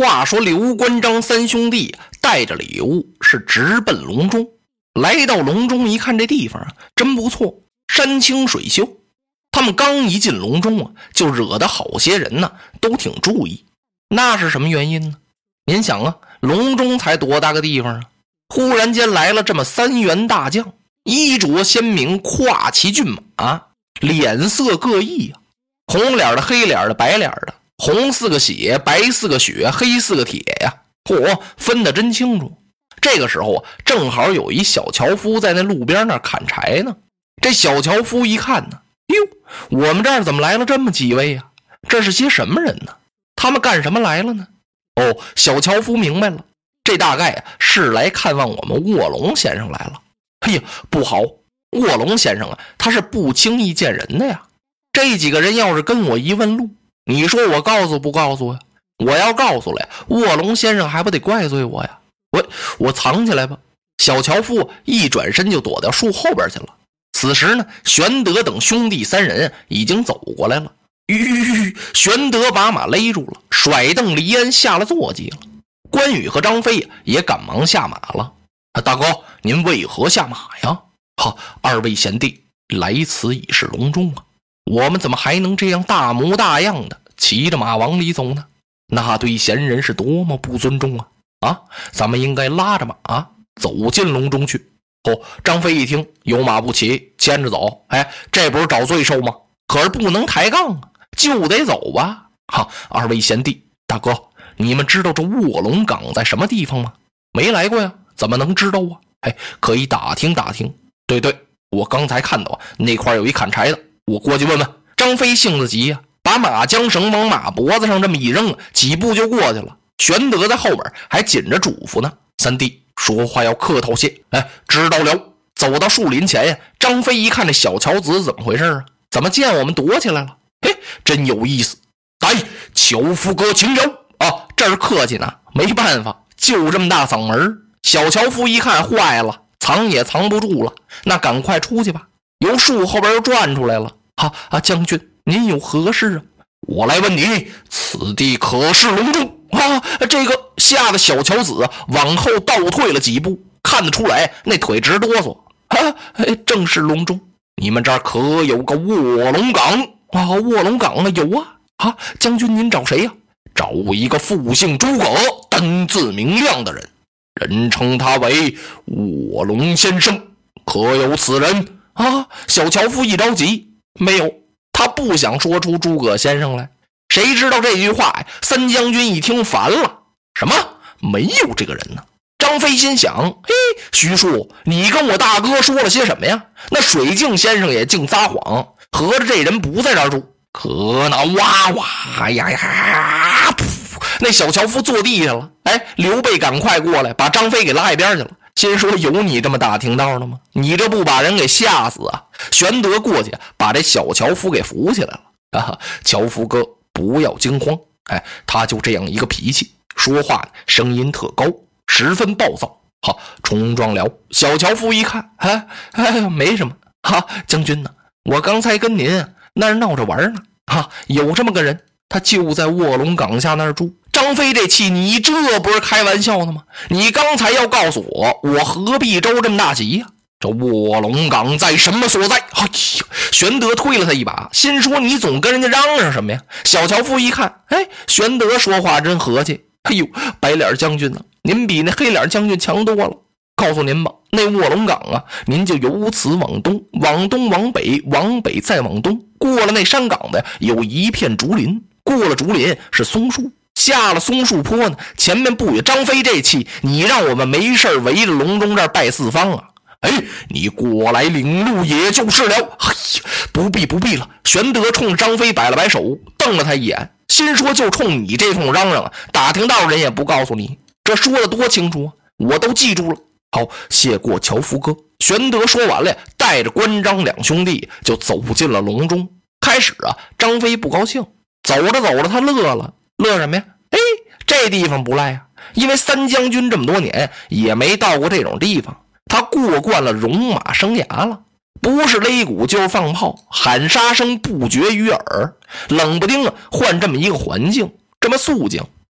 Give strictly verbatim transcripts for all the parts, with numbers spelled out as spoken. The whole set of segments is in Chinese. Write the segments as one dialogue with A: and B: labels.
A: 话说刘关张三兄弟带着礼物是直奔隆中。来到隆中一看，这地方啊真不错，山清水秀。他们刚一进隆中啊，就惹得好些人呢都挺注意。那是什么原因呢？您想啊，隆中才多大个地方啊，忽然间来了这么三员大将，衣着鲜明，跨骑骏马，脸色各异啊，红脸的、黑脸的、白脸的，红似个血，白似个血，黑似个铁呀，嚯，分得真清楚。这个时候啊，正好有一小樵夫在那路边那砍柴呢。这小樵夫一看呢，哟，我们这儿怎么来了这么几位啊？这是些什么人呢？他们干什么来了呢？哦，小樵夫明白了，这大概啊是来看望我们卧龙先生来了。哎呀，不好，卧龙先生啊，他是不轻易见人的呀。这几个人要是跟我一问路，你说我告诉不告诉呀？我要告诉了呀，卧龙先生还不得怪罪我呀？我我藏起来吧。小樵夫一转身就躲到树后边去了。此时呢，玄德等兄弟三人已经走过来了。吁，玄德把马勒住了，甩蹬离鞍下了坐骑了。关羽和张飞也赶忙下马了。大哥，您为何下马呀？哈，二位贤弟，来此已是隆中啊，我们怎么还能这样大模大样的骑着马往里走呢？那对贤人是多么不尊重啊！啊，咱们应该拉着马走进隆中去。哦，张飞一听，有马不骑，牵着走，哎，这不是找罪受吗？可是不能抬杠啊，就得走吧。哈，二位贤弟，大哥，你们知道这卧龙岗在什么地方吗？没来过呀，怎么能知道啊？哎，可以打听打听。对对，我刚才看到那块有一砍柴的，我过去问问。张飞性子急呀、啊，把马缰绳往马脖子上这么一扔，几步就过去了。玄德在后边还紧着嘱咐呢，三弟说话要客套些。哎，知道了。走到树林前呀，张飞一看这小樵子怎么回事啊？怎么见我们躲起来了？嘿，真有意思。来，樵夫哥请教啊，这是客气呢，没办法，就这么大嗓门。小樵夫一看坏了，藏也藏不住了，那赶快出去吧。由树后边又转出来了。啊啊，将军，您有何事啊？我来问你，此地可是隆中啊？这个吓得小樵子往后倒退了几步，看得出来那腿直哆嗦。啊，正是隆中。你们这儿可有个卧龙岗啊？卧龙岗啊，有啊。啊，将军您找谁呀、啊？找一个复姓诸葛、单字明亮的人，人称他为卧龙先生，可有此人啊？小樵夫一着急，没有，他不想说出诸葛先生来。谁知道这句话呀？三将军一听烦了，什么？没有这个人呢？张飞心想，嘿，徐庶，你跟我大哥说了些什么呀？那水镜先生也净撒谎，合着这人不在这儿住。可那哇哇呀呀，噗，那小樵夫坐地下了。哎，刘备赶快过来，把张飞给拉一边去了。心说有你这么大听道的吗？你这不把人给吓死啊？玄德过去把这小樵夫给扶起来了。啊，樵夫哥不要惊慌，哎，他就这样一个脾气，说话声音特高，十分暴躁。好，冲撞了。小樵夫一看，哎哎，没什么。哈，将军呢？我刚才跟您那儿闹着玩呢。哈，有这么个人，他就在卧龙岗下那儿住。张飞这气，你这不是开玩笑呢吗？你刚才要告诉我，我何必着这么大急呀、啊？这卧龙岗在什么所在？哎呀，玄德推了他一把，心说你总跟人家嚷嚷什么呀？小樵夫一看，哎，玄德说话真和气。哎呦，白脸将军呢、啊？您比那黑脸将军强多了。告诉您吧，那卧龙岗啊，您就由此往东，往东往北，往北再往东，过了那山岗的有一片竹林，过了竹林是松树，下了松树坡呢，前面不有张飞这气，你让我们没事围着隆中这儿拜四方啊？哎，你过来领路也就是了。哎呀，不必不必了。玄德冲张飞摆了摆手，瞪了他一眼，心说就冲你这通嚷嚷啊，打听到人也不告诉你，这说的多清楚啊，我都记住了。好，谢过樵夫哥。玄德说完了，带着关张两兄弟就走进了隆中。开始啊，张飞不高兴，走着走着他乐了。乐什么呀？哎，这地方不赖啊，因为三将军这么多年也没到过这种地方，他过惯了戎马生涯了，不是擂鼓就是放炮，喊杀声不绝于耳。冷不丁啊，换这么一个环境，这么肃静，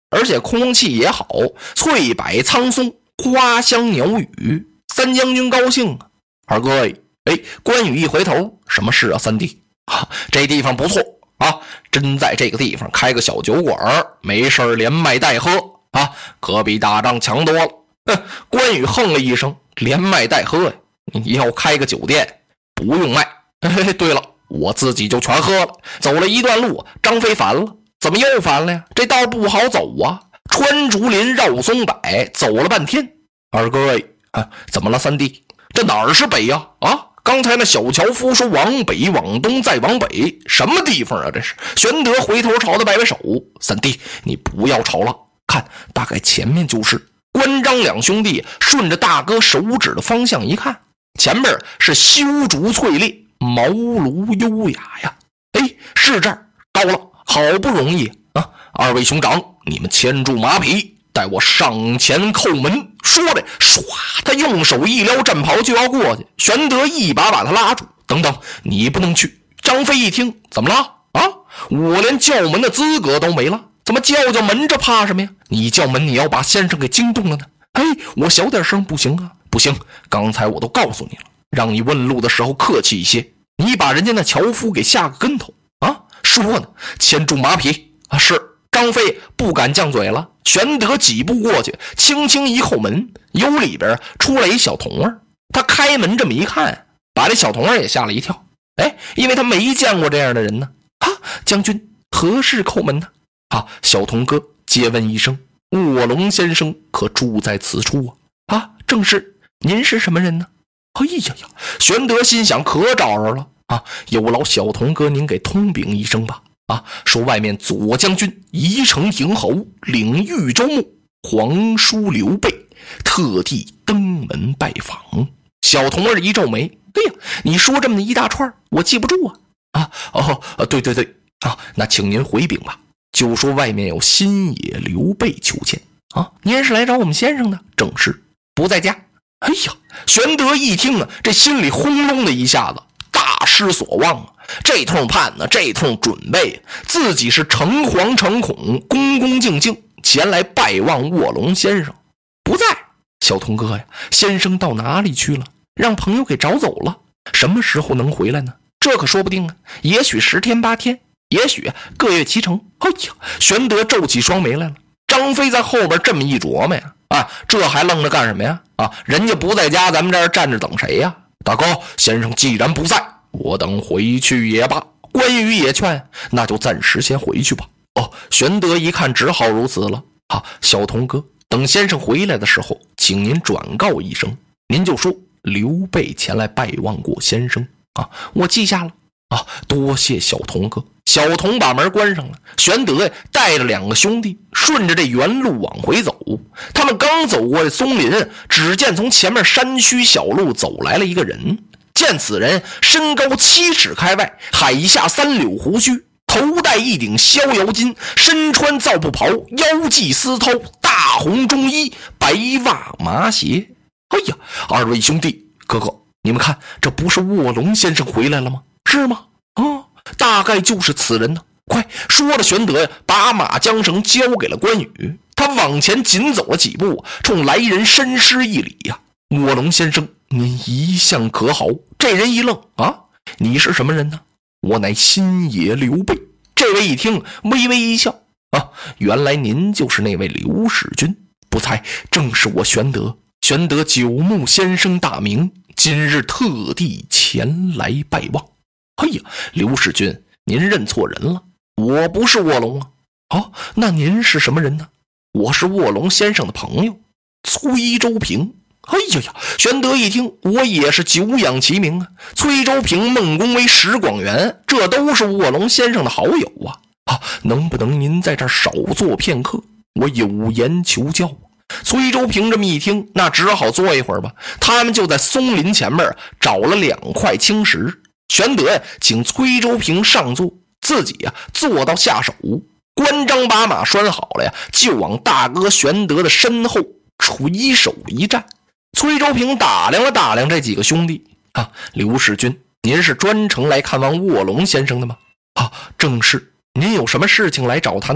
A: 而且空气也好，翠柏苍松，花香鸟语。三将军高兴啊！二哥，哎，关羽一回头，什么事啊？三弟啊，这地方不错啊，真在这个地方开个小酒馆，没事连卖带喝啊，可比打仗强多了。哼，关羽哼了一声，连卖带喝呀？你要开个酒店，不用卖。嘿嘿，对了，我自己就全喝了。走了一段路，张飞烦了，怎么又烦了呀？这道不好走啊，穿竹林绕松柏，走了半天。二哥哎。啊，怎么了三弟？这哪儿是北呀？啊，刚才那小樵夫说往北往东再往北，什么地方啊这是？玄德回头朝他摆摆手，三弟你不要吵了，看大概前面就是。关张两兄弟顺着大哥手指的方向一看，前面是修竹翠列，茅庐优雅呀。哎，是这儿，到了，好不容易啊！二位兄长，你们牵住马匹，待我上前叩门。说着，唰，他用手一撩战袍就要过去，玄德一把把他拉住。等等，你不能去。张飞一听，怎么了啊？我连叫门的资格都没了，怎么叫叫门这怕什么呀？你叫门，你要把先生给惊动了呢？哎，我小点声不行啊，不行，刚才我都告诉你了，让你问路的时候客气一些，你把人家那樵夫给下个跟头啊！说呢，牵住马匹啊！是。张飞不敢犟嘴了，玄德几步过去，轻轻一叩门，由里边出来一小童儿。他开门这么一看，把这小童儿也吓了一跳。哎，因为他没见过这样的人呢。啊，将军何事叩门呢？啊，小童哥接问一声，卧龙先生可住在此处啊？啊，正是。您是什么人呢？哎呀呀，玄德心想，可找着了啊！有劳小童哥您给通禀一声吧。啊，说外面左将军宜城营侯领豫州牧皇叔刘备特地登门拜访。小童儿一皱眉，哎呀，你说这么一大串，我记不住啊！啊哦，对对对啊，那请您回禀吧，就说外面有新野刘备求见啊。您是来找我们先生的？正是，不在家。哎呀，玄德一听啊，这心里轰隆的一下子，大失所望啊！这通判呢，这通准备，自己是诚惶诚恐，恭恭敬敬前来拜望卧龙先生，不在。小童哥呀，先生到哪里去了？让朋友给找走了，什么时候能回来呢？这可说不定啊，也许十天八天，也许个月期成。哎呀，玄德皱起双眉来了。张飞在后边这么一琢磨呀，啊，这还愣着干什么呀？啊，人家不在家，咱们这儿站着等谁呀？大哥，先生既然不在，我等回去也罢。关羽也劝，那就暂时先回去吧。哦，玄德一看只好如此了。好，小童哥，等先生回来的时候，请您转告一声，您就说刘备前来拜望过先生啊，我记下了啊，多谢小童哥。小童把门关上了，玄德呀带着两个兄弟顺着这原路往回走。他们刚走过这松林，只见从前面山区小路走来了一个人。见此人身高七尺开外，海下三绺胡须，头戴一顶逍遥巾，身穿皂布袍，腰系丝绦，大红中衣，白袜麻鞋。哎呀，二位兄弟，哥哥，你们看，这不是卧龙先生回来了吗？是吗？啊，大概就是此人呢。快说了，玄德呀，把马缰绳交给了关羽，他往前紧走了几步，冲来人深施一礼呀。卧龙先生，您一向可好？这人一愣啊，你是什么人呢？我乃新野刘备。这位一听，微微一笑啊，原来您就是那位刘使君，不猜正是我玄德。玄德久慕先生大名，今日特地前来拜望。哎呀，刘使君，您认错人了，我不是卧龙啊。哦，那您是什么人呢？我是卧龙先生的朋友，崔州平。哎呀呀！玄德一听，我也是久仰其名啊！崔州平、孟公威、石广元，这都是卧龙先生的好友啊！啊，能不能您在这儿少坐片刻？我有言求教。崔州平这么一听，那只好坐一会儿吧。他们就在松林前面找了两块青石，玄德呀，请崔州平上座，自己呀坐到下手。关张把马拴好了呀，就往大哥玄德的身后垂手一站。崔州平打量了打量这几个兄弟啊，刘使君，您是专程来看望卧龙先生的吗？啊，正是。您有什么事情来找他呢？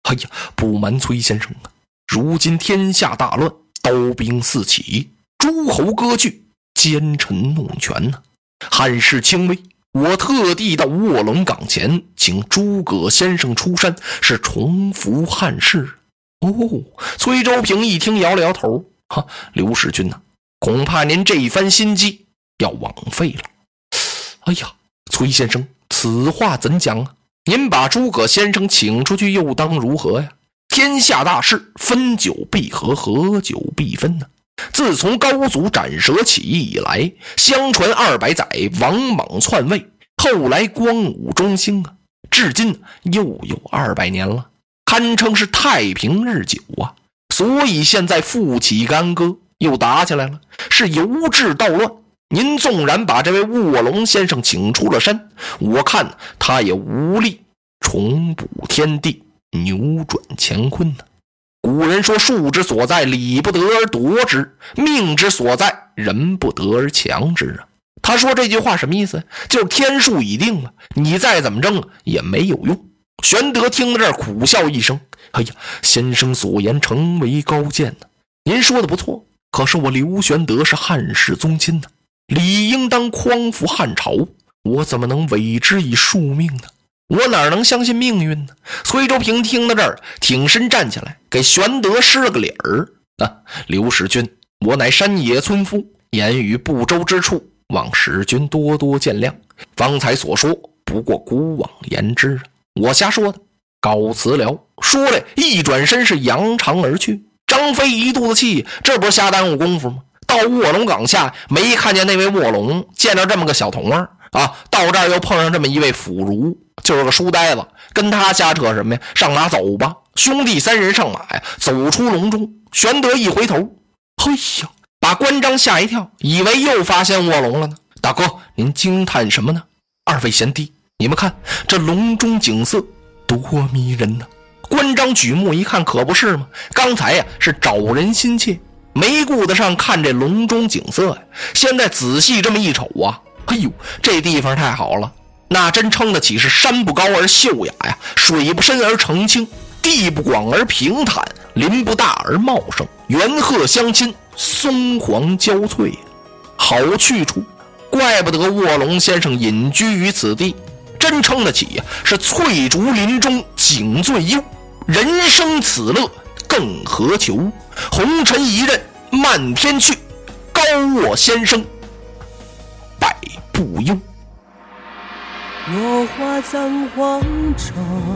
A: 哎呀，不瞒崔先生啊，如今天下大乱，刀兵四起，诸侯割据，奸臣弄权呢、啊，汉室倾危。我特地到卧龙岗前，请诸葛先生出山，是重扶汉室。哦，崔州平一听摇了摇头，哈，刘使君呐、啊，恐怕您这一番心机要枉费了。哎呀，崔先生，此话怎讲啊？您把诸葛先生请出去又当如何呀？天下大事，分久必合，合久必分呢、啊。自从高祖斩蛇起义以来，相传二百载，王莽篡位，后来光武中兴啊，至今又有二百年了，堪称是太平日久啊。所以现在复起干戈，又打起来了，是由治到乱。您纵然把这位卧龙先生请出了山，我看他也无力重补天地，扭转乾坤呢、啊。古人说，树之所在，礼不得而夺之，命之所在，人不得而强之啊。他说这句话什么意思？就是天数已定了，你再怎么争也没有用。玄德听到这儿苦笑一声，哎呀，先生所言诚为高见呢、啊。您说的不错，可是我刘玄德是汉室宗亲呢、啊，理应当匡扶汉朝，我怎么能委之以庶命呢？我哪能相信命运呢？崔州平听到这儿，挺身站起来，给玄德施了个礼儿啊！刘使君，我乃山野村夫，言语不周之处，望使君多多见谅。方才所说不过古往言之啊，我瞎说的，告辞了。说来一转身是扬长而去。张飞一肚子气，这不是瞎耽误功夫吗？到卧龙岗下没看见那位卧龙，见着这么个小童儿啊，到这儿又碰上这么一位腐儒，就是个书呆子，跟他瞎扯什么呀？上马走吧！兄弟三人上马呀，走出隆中。玄德一回头，嘿呀，把关张吓一跳，以为又发现卧龙了呢。大哥，您惊叹什么呢？二位贤弟，你们看这隆中景色多迷人呢、啊！关张举目一看，可不是吗？刚才呀是找人心切，没顾得上看这隆中景色呀。现在仔细这么一瞅啊，哎呦，这地方太好了，那真称得起是山不高而秀雅呀，水不深而澄清，地不广而平坦，林不大而茂盛，猿鹤相亲，松黄交翠，好去处。怪不得卧龙先生隐居于此地，真称得起呀是翠竹林中景最优，人生此乐更何求？红尘一任漫天去，高卧先生百步忧。
B: 落花葬黄冢，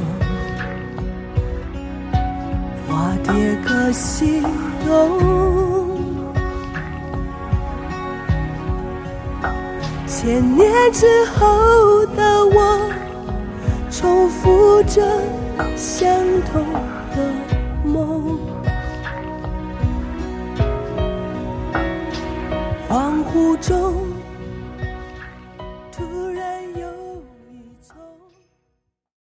B: 花蝶各西东。千年之后的我，重复着相同的梦。恍惚中